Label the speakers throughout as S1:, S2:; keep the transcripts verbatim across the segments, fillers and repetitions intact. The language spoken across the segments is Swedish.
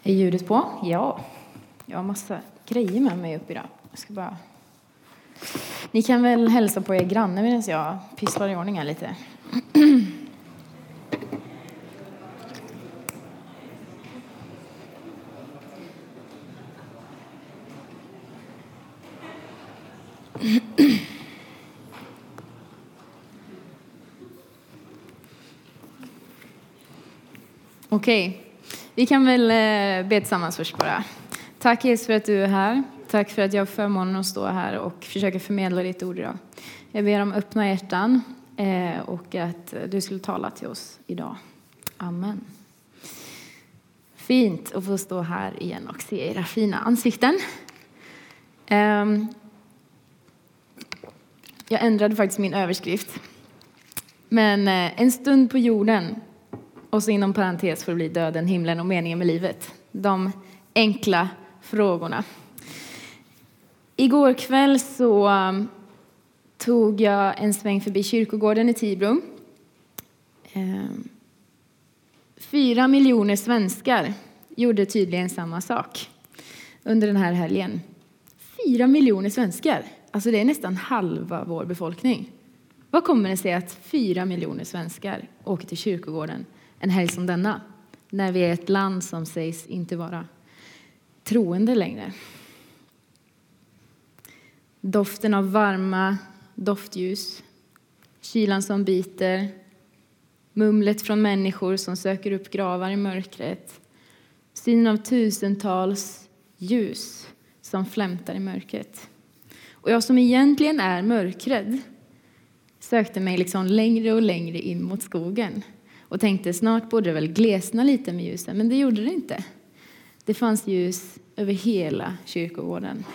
S1: Är ljudet på? Ja. Jag har massa grejer med mig upp idag. Jag ska bara... Ni kan väl hälsa på er granne medan jag pysslar i ordning här lite. Okej, okay. Vi kan väl be tillsammans först bara. Tack Jesus för att du är här. Tack för att jag har förmånen att stå här och försöka förmedla ditt ord idag. Jag ber om öppna hjärtan och att du skulle tala till oss idag. Amen. Fint att få stå här igen och se era fina ansikten. Jag ändrade faktiskt min överskrift. Men en stund på jorden. Och så inom parentes får det bli döden, himlen och meningen med livet. De enkla frågorna. Igår kväll så um, tog jag en sväng förbi kyrkogården i Tibro. Um, fyra miljoner svenskar gjorde tydligen samma sak under den här helgen. Fyra miljoner svenskar. Alltså det är nästan halva vår befolkning. Vad kommer det sig att fyra miljoner svenskar åker till kyrkogården en helg som denna? När vi är ett land som sägs inte vara troende längre. Doften av varma doftljus. Kylan som biter. Mumlet från människor som söker upp gravar i mörkret. Synen av tusentals ljus som flämtar i mörkret. Och jag som egentligen är mörkrädd sökte mig liksom längre och längre in mot skogen. Och tänkte snart borde det väl glesna lite med ljusen. Men det gjorde det inte. Det fanns ljus över hela kyrkogården.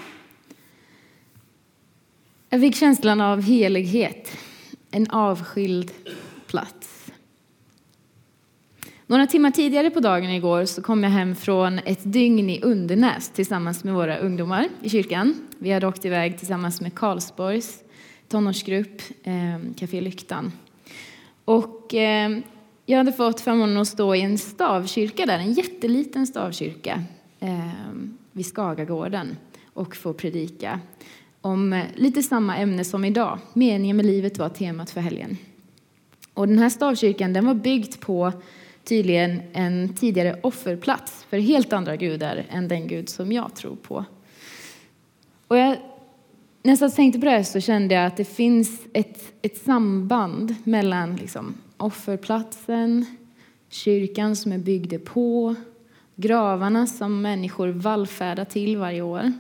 S1: Jag fick känslan av helighet. En avskild plats. Några timmar tidigare på dagen igår så kom jag hem från ett dygn i Undernäs tillsammans med våra ungdomar i kyrkan. Vi hade åkt iväg tillsammans med Karlsborgs tonårsgrupp, eh, Café Lyktan. Och eh, jag hade fått förmånen att stå i en stavkyrka där, en jätteliten stavkyrka eh, vid Skagagården och få predika om eh, lite samma ämne som idag. Meningen med livet var temat för helgen. Och den här stavkyrkan den var byggd på tydligen en tidigare offerplats för helt andra gudar än den gud som jag tror på. Och jag, när jag tänkte på det här så kände jag att det finns ett, ett samband mellan liksom, offerplatsen, kyrkan som är byggd på, gravarna som människor vallfärdar till varje år.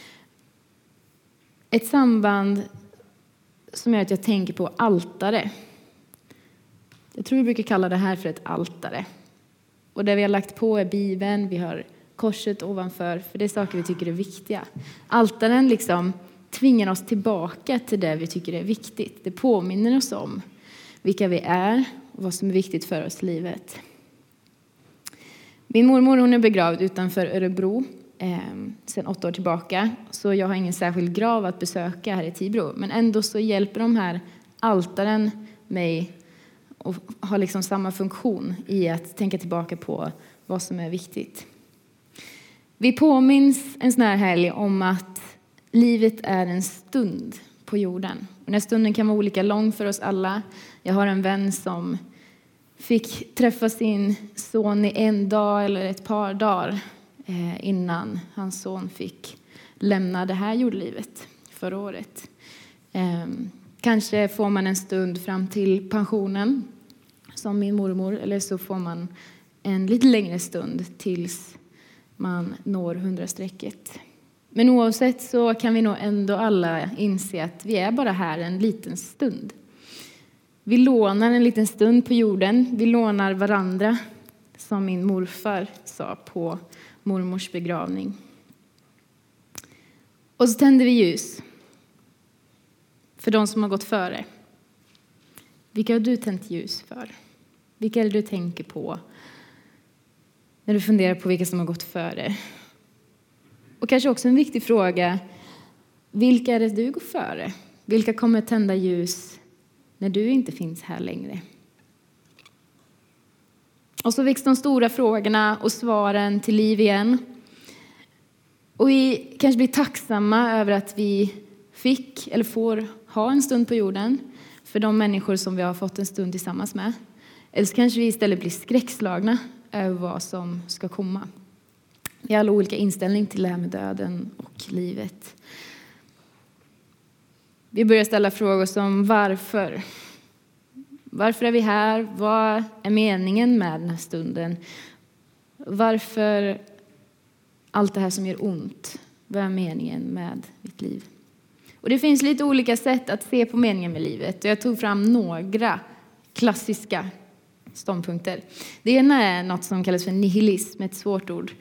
S1: Ett samband som gör att jag tänker på altare. Jag tror vi brukar kalla det här för ett altare. Och det vi har lagt på är Bibeln, vi har korset ovanför, för det är saker vi tycker är viktiga. Altaren liksom tvingar oss tillbaka till det vi tycker är viktigt. Det påminner oss om vilka vi är och vad som är viktigt för oss i livet. Min mormor hon är begravd utanför Örebro eh, sedan åtta år tillbaka. Så jag har ingen särskild grav att besöka här i Tibro. Men ändå så hjälper de här altaren mig och har liksom samma funktion i att tänka tillbaka på vad som är viktigt. Vi påminns en sån här helg om att livet är en stund på jorden. Och den här stunden kan vara olika lång för oss alla. Jag har en vän som fick träffa sin son i en dag eller ett par dagar innan hans son fick lämna det här jordlivet förra året. Kanske får man en stund fram till pensionen som min mormor, eller så får man en lite längre stund tills man når hundrastrecket. Men oavsett så kan vi nog ändå alla inse att vi är bara här en liten stund. Vi lånar en liten stund på jorden. Vi lånar varandra, som min morfar sa på mormors begravning. Och så tänder vi ljus för de som har gått före. Vilka har du tänt ljus för? Vilka är det du tänker på när du funderar på vilka som har gått före? Och kanske också en viktig fråga. Vilka är det du går före? Vilka kommer tända ljus när du inte finns här längre? Och så väcks de stora frågorna och svaren till liv igen. Och vi kanske blir tacksamma över att vi fick eller får ha en stund på jorden för de människor som vi har fått en stund tillsammans med. Eller så kanske vi istället blir skräckslagna över vad som ska komma. Vi har alla olika inställning till det här med döden och livet. Vi börjar ställa frågor som varför? Varför är vi här? Vad är meningen med den här stunden? Varför allt det här som gör ont? Vad är meningen med mitt liv? Och det finns lite olika sätt att se på meningen med livet. Och jag tog fram några klassiska ståndpunkter. Det ena är något som kallas för nihilism, ett svårt ord.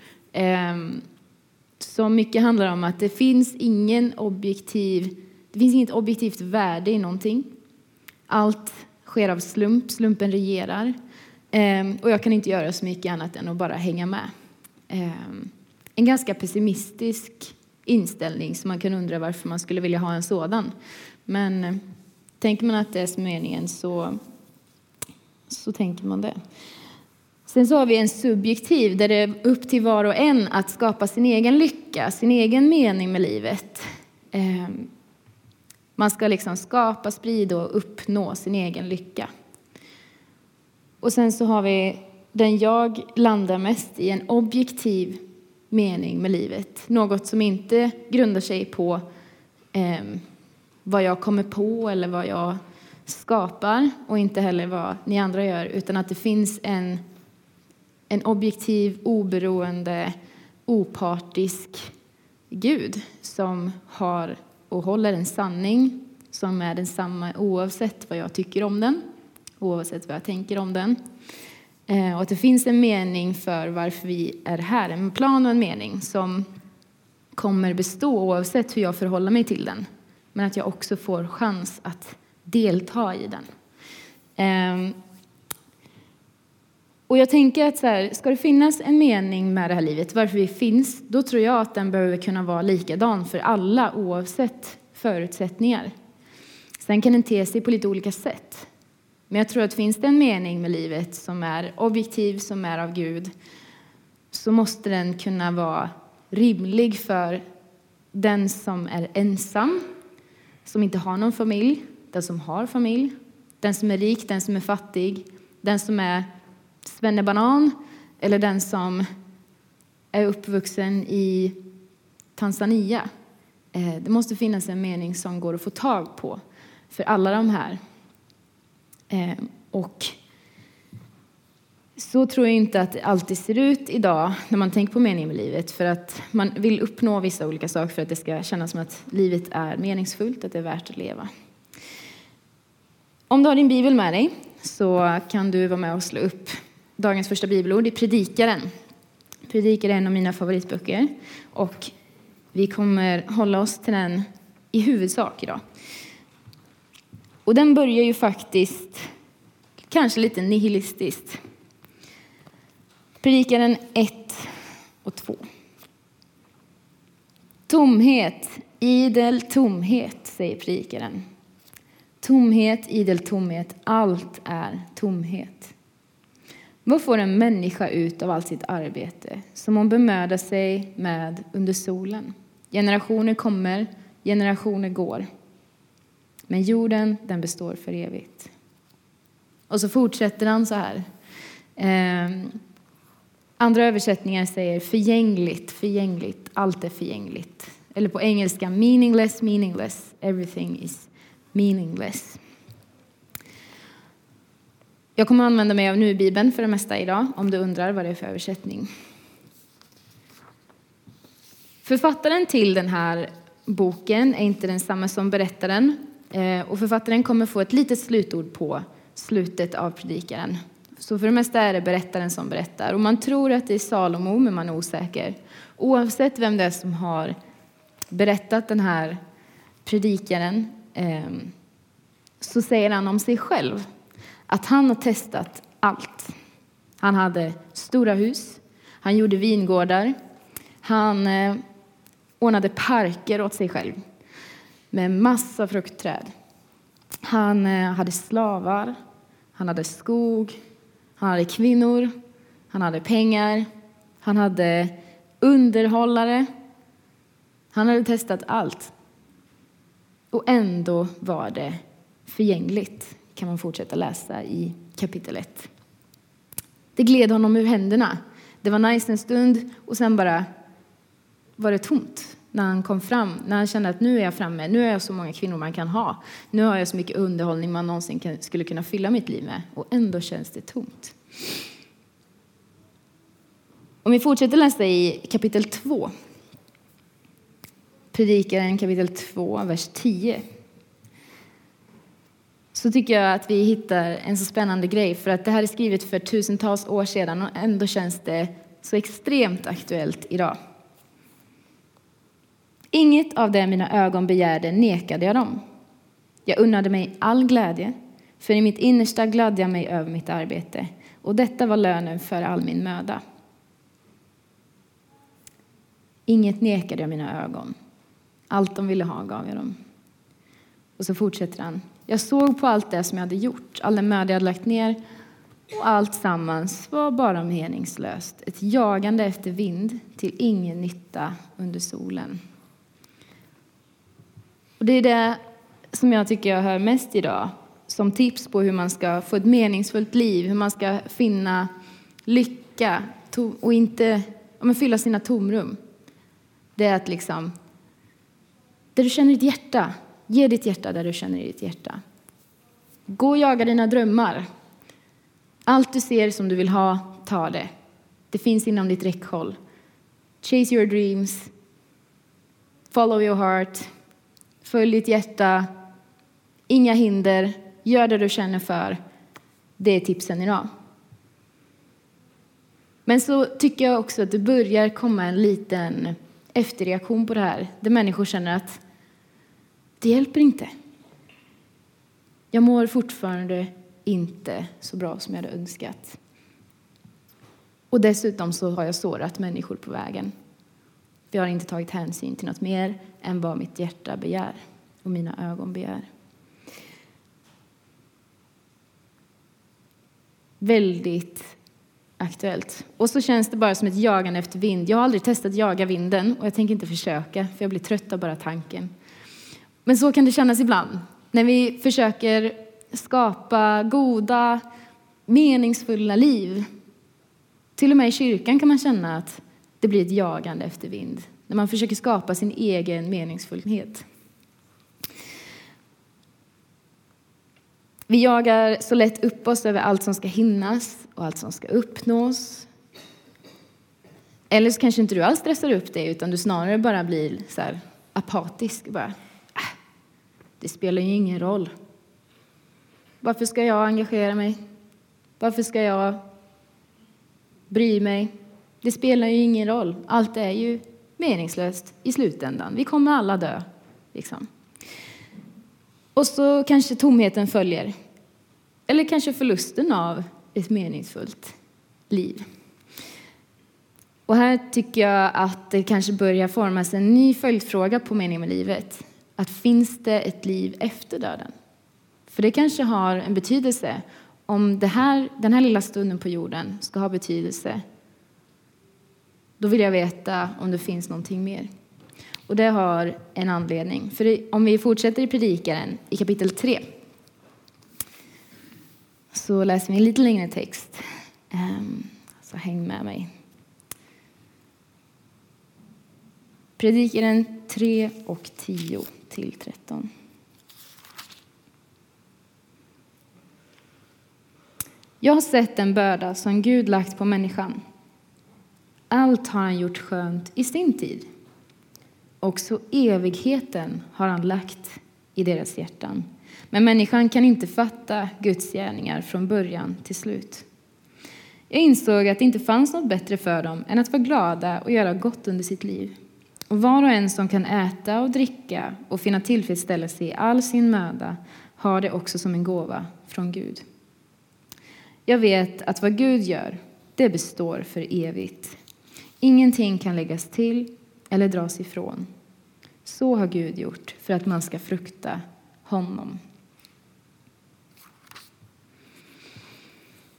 S1: Som mycket handlar om att det finns ingen objektiv, det finns inget objektivt värde i någonting. Allt sker av slump, slumpen regerar. Och jag kan inte göra så mycket annat än att bara hänga med. En ganska pessimistisk inställning som man kan undra varför man skulle vilja ha en sådan. Men tänker man att det är meningen så, så tänker man det. Sen så har vi en subjektiv där det är upp till var och en att skapa sin egen lycka, sin egen mening med livet. Man ska liksom skapa, sprida och uppnå sin egen lycka. Och sen så har vi den jag landar mest i, en objektiv mening med livet. Något som inte grundar sig på eh, vad jag kommer på eller vad jag skapar. Och inte heller vad ni andra gör. Utan att det finns en, en objektiv, oberoende, opartisk Gud som har och håller en sanning som är densamma oavsett vad jag tycker om den. Oavsett vad jag tänker om den. Och att det finns en mening för varför vi är här. En plan och en mening som kommer bestå oavsett hur jag förhåller mig till den. Men att jag också får chans att delta i den. Och jag tänker att så här, ska det finnas en mening med det här livet, varför vi finns, då tror jag att den behöver kunna vara likadan för alla oavsett förutsättningar. Sen kan den te sig på lite olika sätt. Men jag tror att finns det en mening med livet som är objektiv, som är av Gud, så måste den kunna vara rimlig för den som är ensam, som inte har någon familj, den som har familj, den som är rik, den som är fattig, den som är svennebanan eller den som är uppvuxen i Tanzania. Det måste finnas en mening som går att få tag på för alla de här. Och så tror jag inte att det alltid ser ut idag när man tänker på meningen med livet. För att man vill uppnå vissa olika saker för att det ska kännas som att livet är meningsfullt, att det är värt att leva. Om du har din bibel med dig så kan du vara med och slå upp dagens första bibelord i Predikaren. Predikaren är en av mina favoritböcker. Och vi kommer hålla oss till den i huvudsak idag. Och den börjar ju faktiskt kanske lite nihilistiskt. Predikaren ett och två. Tomhet, idel tomhet, säger predikaren. Tomhet, idel tomhet, allt är tomhet. Vad får en människa ut av allt sitt arbete som hon bemödar sig med under solen? Generationer kommer, generationer går. Men jorden, den består för evigt. Och så fortsätter han så här. Eh, andra översättningar säger förgängligt, förgängligt, allt är förgängligt. Eller på engelska, meaningless, meaningless, everything is meaningless. Jag kommer att använda mig av Nu-bibeln för det mesta idag, om du undrar vad det är för översättning. Författaren till den här boken är inte densamma som berättaren. Och författaren kommer få ett litet slutord på slutet av predikaren. Så för det mesta är det berättaren som berättar. Och man tror att det är Salomo, men man är osäker. Oavsett vem det är som har berättat den här predikaren så säger han om sig själv att han har testat allt. Han hade stora hus, han gjorde vingårdar, han eh, ordnade parker åt sig själv med massa fruktträd. Han eh, hade slavar, han hade skog, han hade kvinnor, han hade pengar, han hade underhållare. Han hade testat allt. Och ändå var det förgängligt, kan man fortsätta läsa i kapitel ett. Det gled honom ur händerna. Det var nice en stund och sen bara var det tomt. När han kom fram, när han kände att nu är jag framme, nu är jag så många kvinnor man kan ha. Nu har jag så mycket underhållning man någonsin kan, skulle kunna fylla mitt liv med. Och ändå känns det tomt. Om vi fortsätter läsa i kapitel två. Predikaren kapitel två, vers tio. Så tycker jag att vi hittar en så spännande grej. För att det här är skrivet för tusentals år sedan och ändå känns det så extremt aktuellt idag. Inget av det mina ögon begärde nekade jag dem. Jag unnade mig all glädje, för i mitt innersta gladde jag mig över mitt arbete. Och detta var lönen för all min möda. Inget nekade jag mina ögon. Allt de ville ha gav jag dem. Och så fortsätter han. Jag såg på allt det som jag hade gjort, all den möda jag hade lagt ner. Och allt sammans var bara meningslöst. Ett jagande efter vind till ingen nytta under solen. Och det är det som jag tycker jag hör mest idag. Som tips på hur man ska få ett meningsfullt liv. Hur man ska finna lycka och inte ja, fylla sina tomrum. Det är att liksom, där du känner ditt hjärta, ge ditt hjärta där du känner ditt hjärta. Gå och jaga dina drömmar. Allt du ser som du vill ha, ta det. Det finns inom ditt räckhåll. Chase your dreams. Follow your heart. Följ ditt hjärta. Inga hinder. Gör det du känner för. Det är tipsen idag. Men så tycker jag också att det börjar komma en liten efterreaktion på det här. Där människor känner att det hjälper inte. Jag mår fortfarande inte så bra som jag hade önskat. Och dessutom så har jag sårat människor på vägen. Vi har inte tagit hänsyn till något mer än vad mitt hjärta begär och mina ögon begär. Väldigt aktuellt. Och så känns det bara som ett jagande efter vind. Jag har aldrig testat jaga vinden och jag tänker inte försöka för jag blir trött av bara tanken. Men så kan det kännas ibland. När vi försöker skapa goda, meningsfulla liv. Till och med i kyrkan kan man känna att det blir ett jagande efter vind. När man försöker skapa sin egen meningsfullhet. Vi jagar så lätt upp oss över allt som ska hinnas och allt som ska uppnås. Eller så kanske inte du alls stressar upp det utan du snarare bara blir så här apatisk. Bara, äh, det spelar ju ingen roll. Varför ska jag engagera mig? Varför ska jag bry mig? Det spelar ju ingen roll. Allt är ju meningslöst i slutändan. Vi kommer alla dö. Liksom. Och så kanske tomheten följer. Eller kanske förlusten av ett meningsfullt liv. Och här tycker jag att det kanske börjar formas en ny följdfråga på meningen med livet. Att finns det ett liv efter döden? För det kanske har en betydelse. Om det här, den här lilla stunden på jorden ska ha betydelse. Då vill jag veta om det finns någonting mer. Och det har en anledning. För om vi fortsätter i predikaren i kapitel tre. Så läser vi en lite längre text. Så häng med mig. Predikaren tre och tio till tretton. Jag har sett en börda som Gud lagt på människan. Allt har han gjort skönt i sin tid. Också evigheten har han lagt i deras hjärtan. Men människan kan inte fatta Guds gärningar från början till slut. Jag insåg att det inte fanns något bättre för dem än att vara glada och göra gott under sitt liv. Och var och en som kan äta och dricka och finna tillfredsställelse i all sin möda har det också som en gåva från Gud. Jag vet att vad Gud gör, det består för evigt. Ingenting kan läggas till eller dras ifrån. Så har Gud gjort för att man ska frukta honom.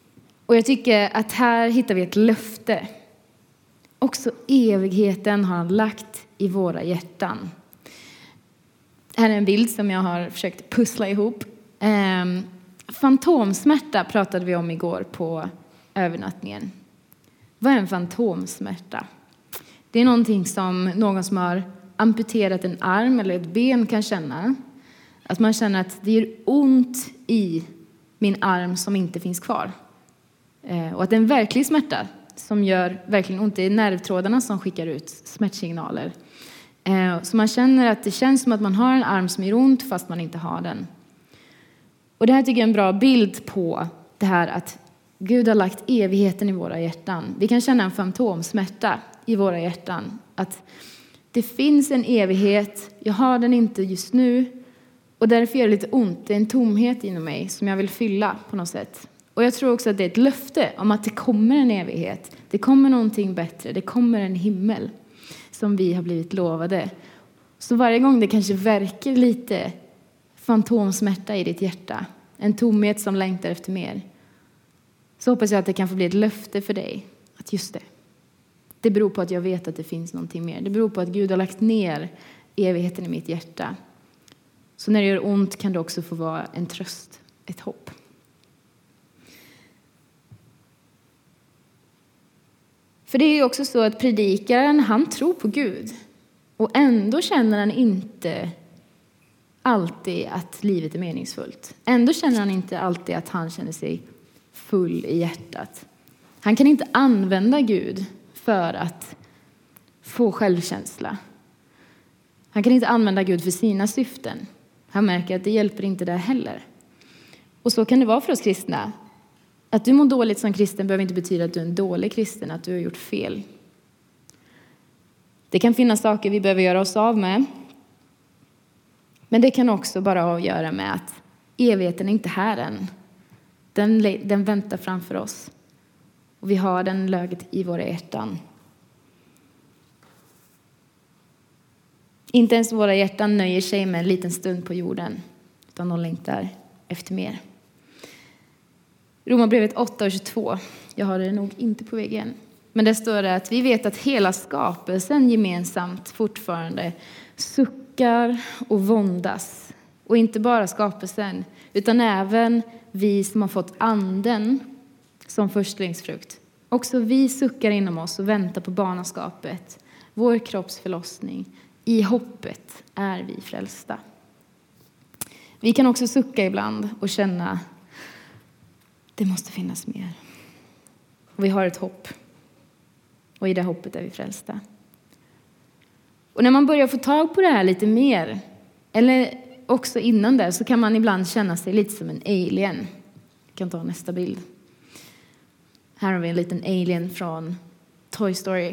S1: Och jag tycker att här hittar vi ett löfte. Också evigheten har han lagt i våra hjärtan. Här är en bild som jag har försökt pussla ihop. Ehm, fantomsmärta pratade vi om igår på övernattningen. Vad är en fantomsmärta? Det är någonting som någon som har amputerat en arm eller ett ben kan känna. Att man känner att det gör ont i min arm som inte finns kvar. Ehm, och att det är en verklig smärta som gör verkligen ont i nervtrådarna som skickar ut smärtsignaler. Så man känner att det känns som att man har en arm som gör ont fast man inte har den. Och det här tycker jag är en bra bild på det här att Gud har lagt evigheten i våra hjärtan. Vi kan känna en fantomsmärta i våra hjärtan. Att det finns en evighet, jag har den inte just nu. Och därför gör det lite ont, det är en tomhet inom mig som jag vill fylla på något sätt. Och jag tror också att det är ett löfte om att det kommer en evighet. Det kommer någonting bättre, det kommer en himmel som vi har blivit lovade. Så varje gång det kanske verkar lite fantomsmärta i ditt hjärta, en tomhet som längtar efter mer, så hoppas jag att det kan få bli ett löfte för dig. Att just det, det beror på att jag vet att det finns någonting mer. Det beror på att Gud har lagt ner evigheten i mitt hjärta. Så när det gör ont kan det också få vara en tröst, ett hopp. För det är ju också så att predikaren, han tror på Gud. Och ändå känner han inte alltid att livet är meningsfullt. Ändå känner han inte alltid att han känner sig full i hjärtat. Han kan inte använda Gud för att få självkänsla. Han kan inte använda Gud för sina syften. Han märker att det hjälper inte där heller. Och så kan det vara för oss kristna. Att du mår dåligt som kristen behöver inte betyda att du är en dålig kristen, att du har gjort fel. Det kan finnas saker vi behöver göra oss av med. Men det kan också bara ha att göra med att evigheten är inte här än. Den, den väntar framför oss. Och vi har den läget i våra hjärtan. Inte ens våra hjärtan nöjer sig med en liten stund på jorden. Utan de längtar efter mer. Romarbrevet åtta och tjugotvå. Jag har det nog inte på väggen. Men det står det att vi vet att hela skapelsen gemensamt fortfarande suckar och våndas. Och inte bara skapelsen, utan även vi som har fått anden som förstlingsfrukt. Också vi suckar inom oss och väntar på barnaskapet, vår kropps förlossning. I hoppet är vi frälsta. Vi kan också sucka ibland och känna det måste finnas mer. Och vi har ett hopp. Och i det hoppet är vi frälsta. Och när man börjar få tag på det här lite mer, eller också innan det, så kan man ibland känna sig lite som en alien. Jag kan ta nästa bild. Här har vi en liten alien från Toy Story.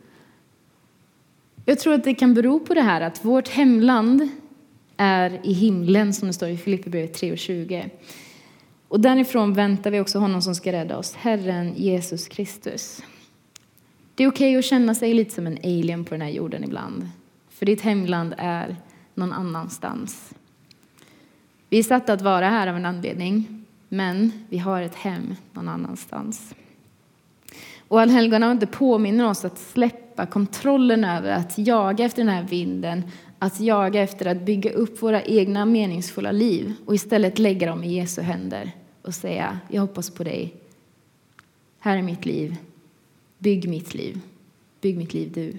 S1: Jag tror att det kan bero på det här att vårt hemland är i himlen, som det står i Filipperbrevet tre och tjugo. Och därifrån väntar vi också honom som ska rädda oss, Herren Jesus Kristus. Det är okej att känna sig lite som en alien på den här jorden ibland. För ditt hemland är någon annanstans. Vi är satta att vara här av en anledning, men vi har ett hem någon annanstans. Och allhelgona inte påminner oss att släppa kontrollen över att jaga efter den här vinden, att jaga efter att bygga upp våra egna meningsfulla liv och istället lägga dem i Jesu händer och säga, jag hoppas på dig. Här är mitt liv. Bygg mitt liv. Bygg mitt liv du.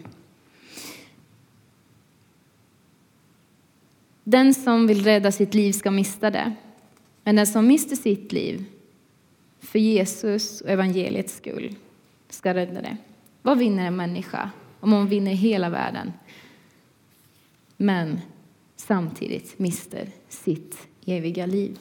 S1: Den som vill rädda sitt liv ska mista det. Men den som mister sitt liv för Jesus och evangeliets skull ska rädda det. Vad vinner en människa om hon vinner hela världen, men samtidigt mister sitt eviga liv?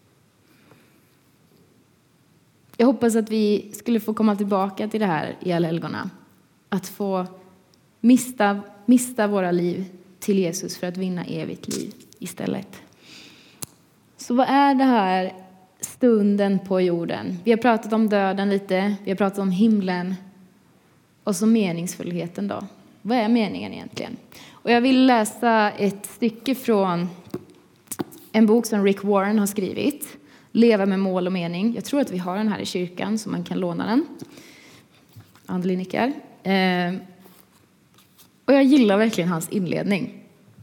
S1: Jag hoppas att vi skulle få komma tillbaka till det här i allhelgona. Att få mista, mista våra liv till Jesus för att vinna evigt liv istället. Så vad är det här stunden på jorden? Vi har pratat om döden lite. Vi har pratat om himlen. Och så meningsfullheten då. Vad är meningen egentligen? Och jag vill läsa ett stycke från en bok som Rick Warren har skrivit. Leva med mål och mening. Jag tror att vi har den här i kyrkan så man kan låna den. Andli nickar. Eh, och jag gillar verkligen hans inledning.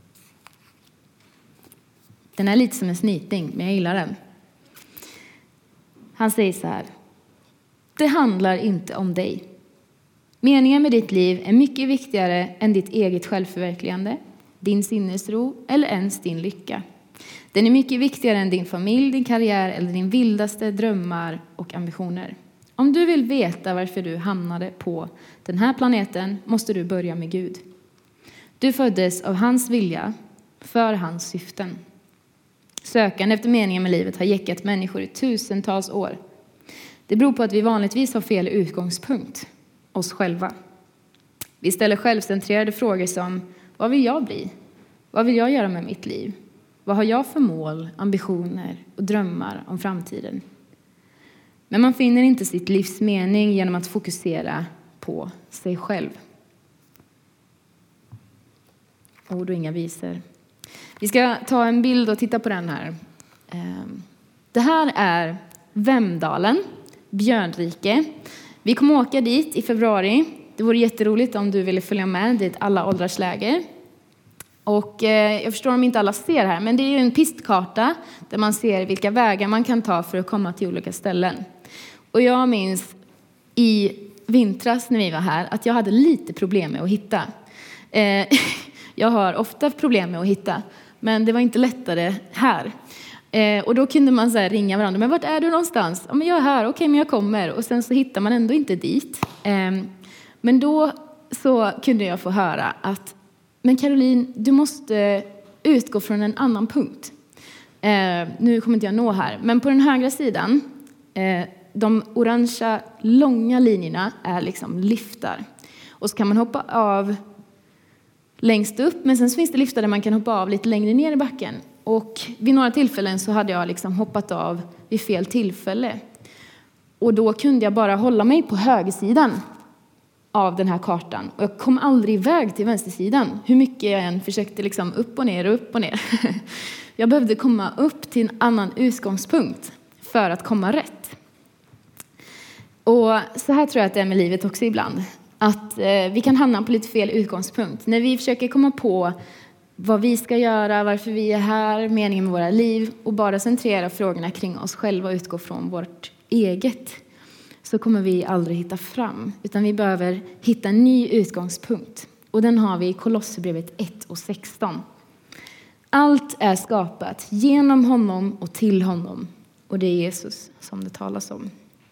S1: Den är lite som en snyting, men jag gillar den. Han säger så här. Det handlar inte om dig. Meningen med ditt liv är mycket viktigare än ditt eget självförverkligande, din sinnesro eller ens din lycka. Den är mycket viktigare än din familj, din karriär eller din vildaste drömmar och ambitioner. Om du vill veta varför du hamnade på den här planeten måste du börja med Gud. Du föddes av hans vilja för hans syften. Sökan efter meningen med livet har gäckat människor i tusentals år. Det beror på att vi vanligtvis har fel utgångspunkt, oss själva. Vi ställer självcentrerade frågor som, vad vill jag bli? Vad vill jag göra med mitt liv? Vad har jag för mål, ambitioner och drömmar om framtiden? Men man finner inte sitt livs mening genom att fokusera på sig själv. Ord och inga visor. Vi ska ta en bild och titta på den här. Det här är Vemdalen, Björnrike. Vi kommer åka dit i februari. Det vore jätteroligt om du ville följa med dit alla åldrars läger. Och jag förstår om inte alla ser här, men det är ju en pistkarta där man ser vilka vägar man kan ta för att komma till olika ställen. Och jag minns i vintras när vi var här att jag hade lite problem med att hitta. Jag har ofta problem med att hitta, men det var inte lättare här. Och då kunde man så här ringa varandra, men vart är du någonstans? Ja, men jag är här, okej, men jag kommer. Och sen så hittar man ändå inte dit. Men då så kunde jag få höra att men Caroline, du måste utgå från en annan punkt. Eh, nu kommer inte jag nå här. Men på den högra sidan, eh, de orangea långa linjerna är liksom liftar. Och så kan man hoppa av längst upp. Men sen så finns det liftar där man kan hoppa av lite längre ner i backen. Och vid några tillfällen så hade jag liksom hoppat av vid fel tillfälle. Och då kunde jag bara hålla mig på högersidan av den här kartan. Och jag kom aldrig iväg till vänstersidan. Hur mycket jag än försökte liksom upp och ner och upp och ner. Jag behövde komma upp till en annan utgångspunkt för att komma rätt. Och så här tror jag att det är med livet också ibland. Att eh, vi kan hamna på lite fel utgångspunkt. När vi försöker komma på vad vi ska göra, varför vi är här, meningen med våra liv. Och bara centrera frågorna kring oss själva och utgå från vårt eget. Så kommer vi aldrig hitta fram. Utan vi behöver hitta en ny utgångspunkt. Och den har vi i Kolosserbrevet ett och sexton. Allt är skapat genom honom och till honom. Och det är Jesus som det talas om.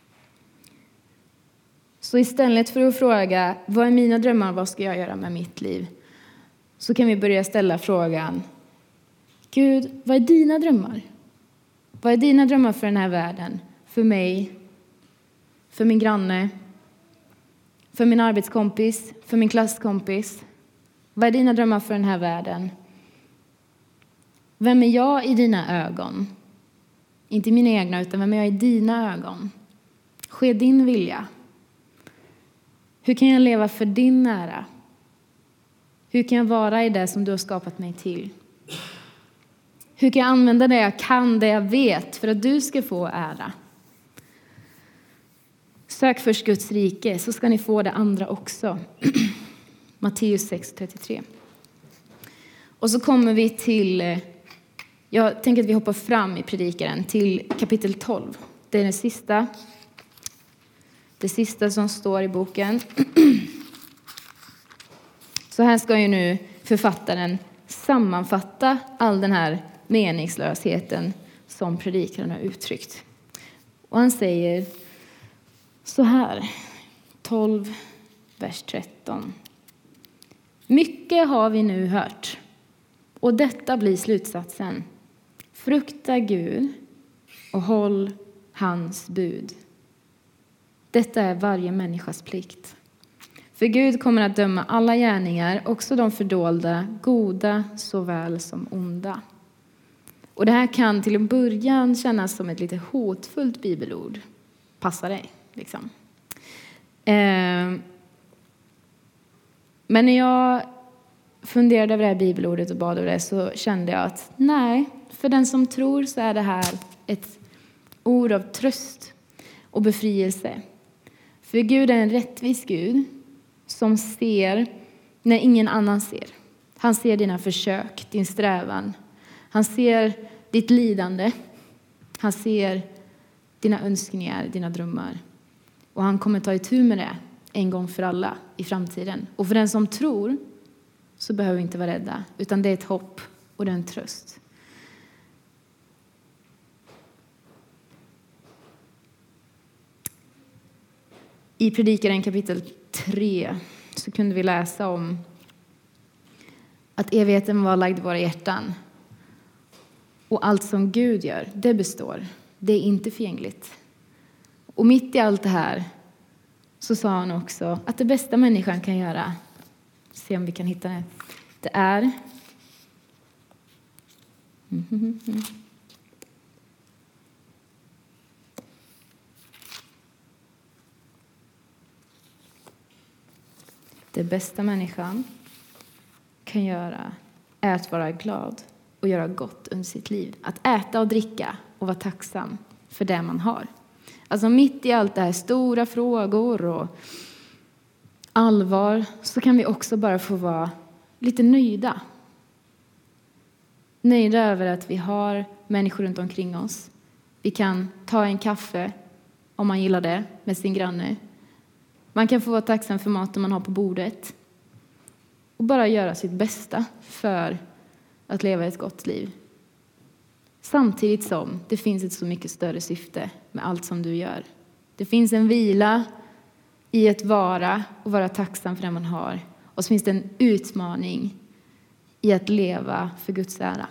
S1: Så istället för att fråga, vad är mina drömmar, vad ska jag göra med mitt liv? Så kan vi börja ställa frågan, Gud, vad är dina drömmar? Vad är dina drömmar för den här världen? För mig? För min granne? För min arbetskompis? För min klasskompis? Vad är dina drömmar för den här världen? Vem är jag i dina ögon? Inte mina egna, utan vem är jag i dina ögon? Ske din vilja. Hur kan jag leva för din ära? Hur kan jag vara i det som du har skapat mig till? Hur kan jag använda det jag kan, det jag vet, för att du ska få ära? Sök först Guds rike, så ska ni få det andra också. Matteus sex trettiotre. Och så kommer vi till, jag tänker att vi hoppar fram i predikaren till kapitel tolv. Det är det sista. Det sista som står i boken. Så här ska ju nu författaren sammanfatta all den här meningslösheten som predikaren har uttryckt. Och han säger så här, tolv, vers tretton. Mycket har vi nu hört, och detta blir slutsatsen. Frukta Gud och håll hans bud. Detta är varje människas plikt. För Gud kommer att döma alla gärningar, också de fördolda, goda såväl som onda. Och det här kan till en början kännas som ett lite hotfullt bibelord. Passa dig, liksom. Eh, men när jag funderade över det här bibelordet och bad över det, så kände jag att nej, för den som tror så är det här ett Ord av tröst och befrielse. För Gud är en rättvis Gud som ser när ingen annan ser. Han ser dina försök, din strävan. Han ser ditt lidande. Han ser dina önskningar, dina drömmar. Och han kommer ta itu med det en gång för alla i framtiden. Och för den som tror så behöver vi inte vara rädda. Utan det är ett hopp och det är en tröst. I Predikaren kapitel tre så kunde vi läsa om att evigheten var lagd i våra hjärtan. Och allt som Gud gör, det består. Det är inte förgängligt. Och mitt i allt det här så sa han också att det bästa människan kan göra, se om vi kan hitta det, det är mm, mm, mm. det bästa människan kan göra är att vara glad och göra gott under sitt liv. Att äta och dricka och vara tacksam för det man har. Alltså mitt i allt det här stora frågor och allvar så kan vi också bara få vara lite nöjda. Nöjda över att vi har människor runt omkring oss. Vi kan ta en kaffe om man gillar det med sin granne. Man kan få vara tacksam för maten man har på bordet. Och bara göra sitt bästa för att leva ett gott liv. Samtidigt som det finns ett så mycket större syfte med allt som du gör. Det finns en vila i att vara och vara tacksam för det man har. Och så finns det en utmaning i att leva för Guds ära.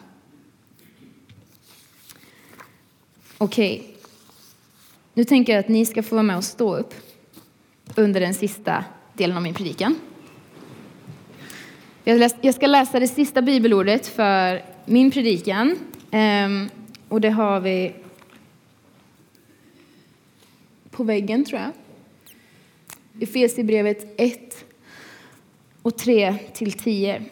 S1: Okej. Okay. Nu tänker jag att ni ska få vara med och stå upp under den sista delen av min predikan. Jag ska läsa det sista bibelordet för min predikan. Och det har vi på väggen, tror jag. Efesierbrevet ett och tre till tio.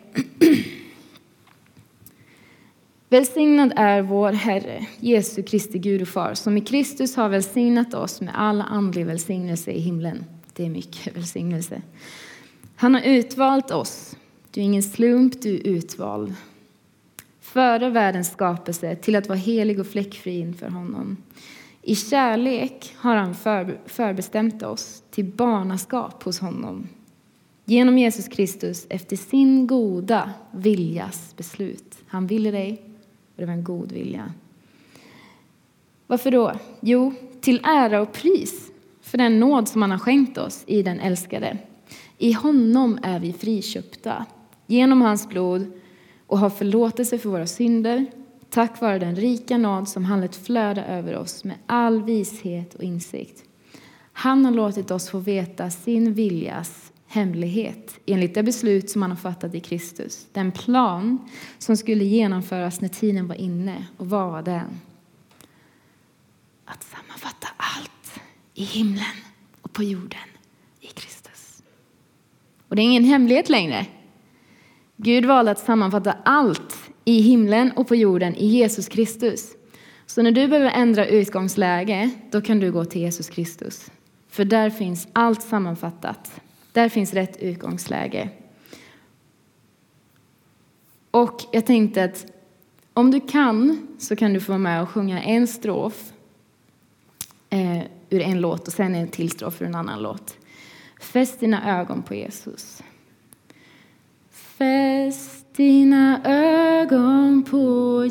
S1: Välsignad är vår Herre, Jesu Kristi Gud och Far, som i Kristus har välsignat oss med alla andlig välsignelse i himlen. Det är mycket välsignelse. Han har utvalt oss. Du är ingen slump, du är utvald. Före världens skapelse till att vara helig och fläckfri inför honom. I kärlek har han för, förbestämt oss till barnaskap hos honom. Genom Jesus Kristus efter sin goda viljas beslut. Han ville dig och det var en god vilja. Varför då? Jo, till ära och pris för den nåd som han har skänkt oss i den älskade. I honom är vi friköpta genom hans blod och har förlåtelse för våra synder tack vare den rika nåd som han lät flöda över oss med all vishet och insikt. Han har låtit oss få veta sin viljas hemlighet enligt det beslut som han har fattat i Kristus. Den plan som skulle genomföras när tiden var inne. Och vad var den? Att sammanfatta allt i himlen och på jorden i Kristus. Och det är ingen hemlighet längre. Gud valde att sammanfatta allt i himlen och på jorden i Jesus Kristus. Så när du behöver ändra utgångsläge, då kan du gå till Jesus Kristus. För där finns allt sammanfattat. Där finns rätt utgångsläge. Och jag tänkte att om du kan så kan du få vara med och sjunga en strof eh, ur en låt och sen en till strof ur en annan låt. Fäst dina ögon på Jesus. Fäst dina ögon på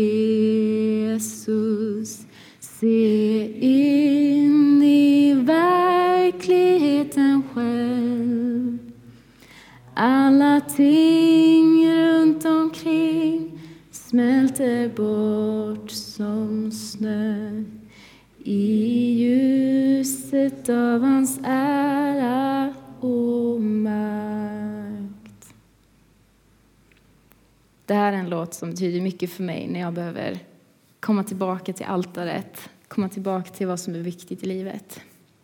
S1: Jesus. Se in i verkligheten själv. Alla ting runt omkring smälter bort som snö i ljuset av hans ära och makt. Det här är en låt som betyder mycket för mig när jag behöver komma tillbaka till altaret, komma tillbaka till vad som är viktigt i livet.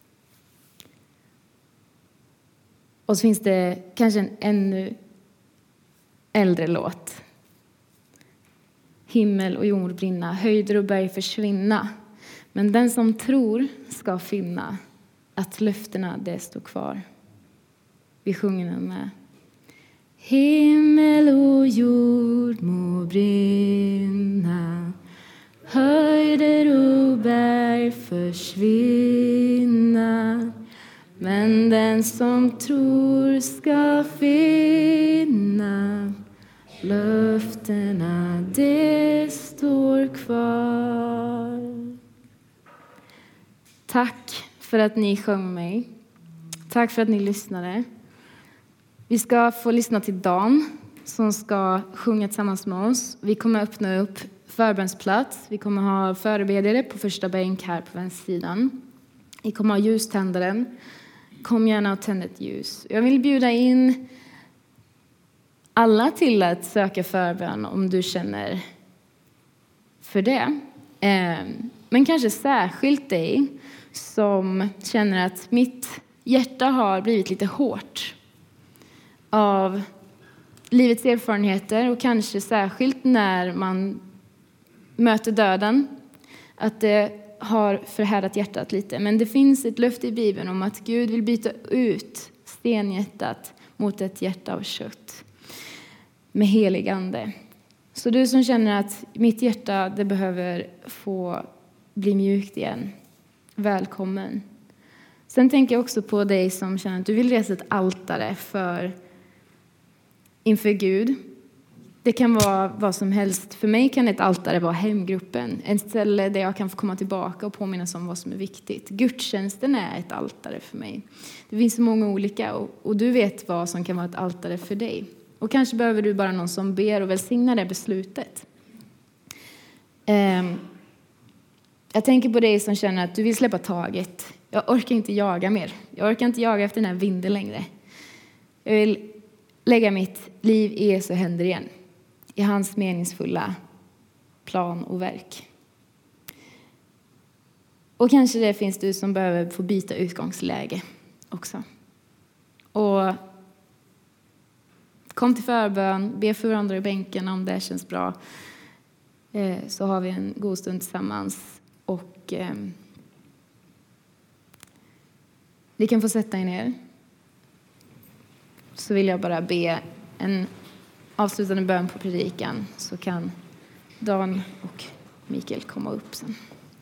S1: Och så finns det kanske en ännu äldre låt. Himmel och jord brinna, höjder och berg försvinna. Men den som tror ska finna att löftena det står kvar. Vi sjunger den med. Himmel och jord må brinna, höjder och berg försvinna, men den som tror ska finna löftena det står kvar. Tack för att ni sjöng mig. Tack för att ni lyssnade. Vi ska få lyssna till Dan som ska sjunga tillsammans med oss. Vi kommer öppna upp förbönsplats. Vi kommer ha förebedjare på första bänk här på vänstersidan. Vi kommer ha ljuständaren. Kom gärna och tänd ett ljus. Jag vill bjuda in alla till att söka förbön om du känner för det. Men kanske särskilt dig som känner att mitt hjärta har blivit lite hårt av livets erfarenheter och kanske särskilt när man möter döden, att det har förhärdat hjärtat lite. Men det finns ett löfte i Bibeln om att Gud vill byta ut stenhjärtat mot ett hjärta av kött med helig ande. Så du som känner att mitt hjärta det behöver få bli mjukt igen, välkommen. Sen tänker jag också på dig som känner att du vill resa ett altare för inför Gud. Det kan vara vad som helst. För mig kan ett altare vara hemgruppen. Ett ställe där jag kan få komma tillbaka och påminnas om vad som är viktigt. Gudstjänsten är ett altare för mig. Det finns så många olika och, och du vet vad som kan vara ett altare för dig. Och kanske behöver du bara någon som ber och välsignar det beslutet. Um, jag tänker på dig som känner att du vill släppa taget. Jag orkar inte jaga mer. Jag orkar inte jaga efter den här vinden längre. Jag vill lägga mitt liv i Jesu händer igen. I hans meningsfulla plan och verk. Och kanske det finns du som behöver få byta utgångsläge också. Och kom till förbön, be för varandra i bänken om det känns bra. Så har vi en god stund tillsammans. Och eh, ni kan få sätta er ner. Så vill jag bara be en avslutande bön på predikan. Så kan Dan och Mikael komma upp sen.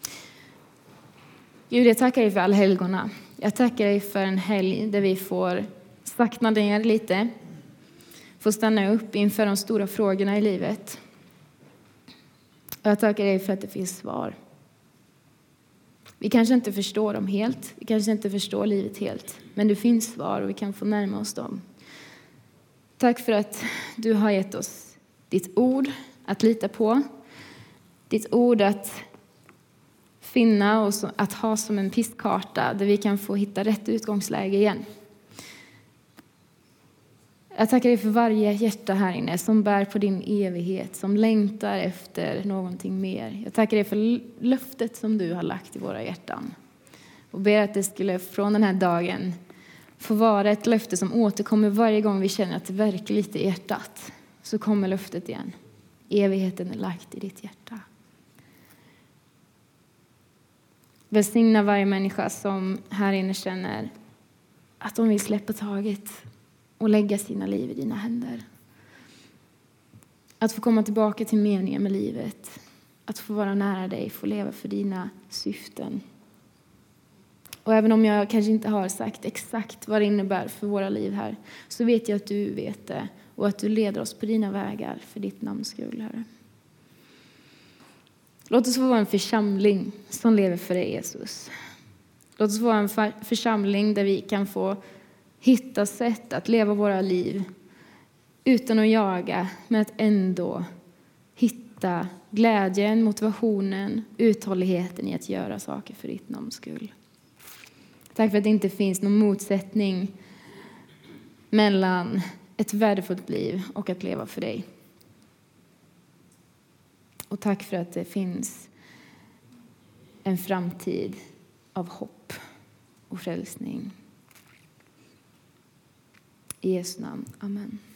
S1: Gud, jag tackar dig för alla helgorna. Jag tackar dig för en helg där vi får sakna ner lite. Får stanna upp inför de stora frågorna i livet. Och jag tackar dig för att det finns svar. Vi kanske inte förstår dem helt. Vi kanske inte förstår livet helt. Men det finns svar och vi kan få närma oss dem. Tack för att du har gett oss ditt ord att lita på. Ditt ord att finna och att ha som en pistkarta där vi kan få hitta rätt utgångsläge igen. Jag tackar dig för varje hjärta här inne som bär på din evighet, som längtar efter någonting mer. Jag tackar dig för löftet som du har lagt i våra hjärtan. Och ber att det skulle från den här dagen få vara ett löfte som återkommer varje gång vi känner att det verkar lite i hjärtat. Så kommer löftet igen. Evigheten är lagt i ditt hjärta. Välsigna varje människa som här inne känner att de vill släppa taget och lägga sina liv i dina händer. Att få komma tillbaka till meningen med livet. Att få vara nära dig, få leva för dina syften. Och även om jag kanske inte har sagt exakt vad det innebär för våra liv här, så vet jag att du vet det. Och att du leder oss på dina vägar för ditt namns skull, Herre. Låt oss få vara en församling som lever för dig, Jesus. Låt oss vara en församling där vi kan få hitta sätt att leva våra liv utan att jaga, men att ändå hitta glädjen, motivationen, uthålligheten i att göra saker för ditt namns skull. Tack för att det inte finns någon motsättning mellan ett värdefullt liv och att leva för dig. Och tack för att det finns en framtid av hopp och frälsning. I Jesu namn. Amen.